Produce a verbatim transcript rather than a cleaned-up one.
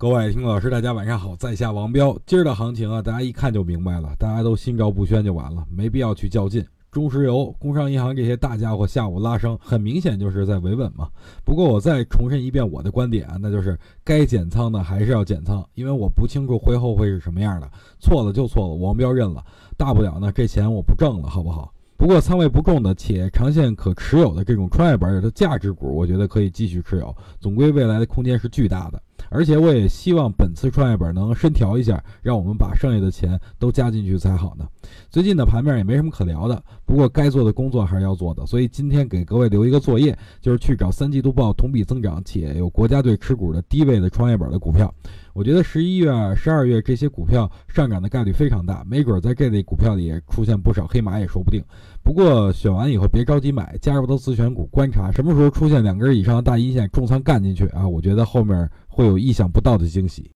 各位听众老师，大家晚上好，在下王彪。今儿的行情啊，大家一看就明白了，大家都心照不宣就完了，没必要去较劲。中石油、工商银行这些大家伙下午拉升，很明显就是在维稳嘛。不过我再重申一遍我的观点啊，那就是该减仓的还是要减仓，因为我不清楚会后会是什么样的，错了就错了，王彪认了，大不了呢这钱我不挣了，好不好？不过仓位不重的且长线可持有的这种创业板的价值股，我觉得可以继续持有，总归未来的空间是巨大的。而且我也希望本次创业板能深调一下，让我们把剩下的钱都加进去才好呢。最近的盘面也没什么可聊的，不过该做的工作还是要做的，所以今天给各位留一个作业，就是去找三季度报同比增长且有国家队持股的低位的创业板的股票。我觉得十一月、十二月这些股票上涨的概率非常大，没准在这类股票里也出现不少黑马也说不定。不过选完以后别着急买，加入到自选股，观察什么时候出现两根以上的大阴线，重仓干进去啊！我觉得后面会有意想不到的惊喜。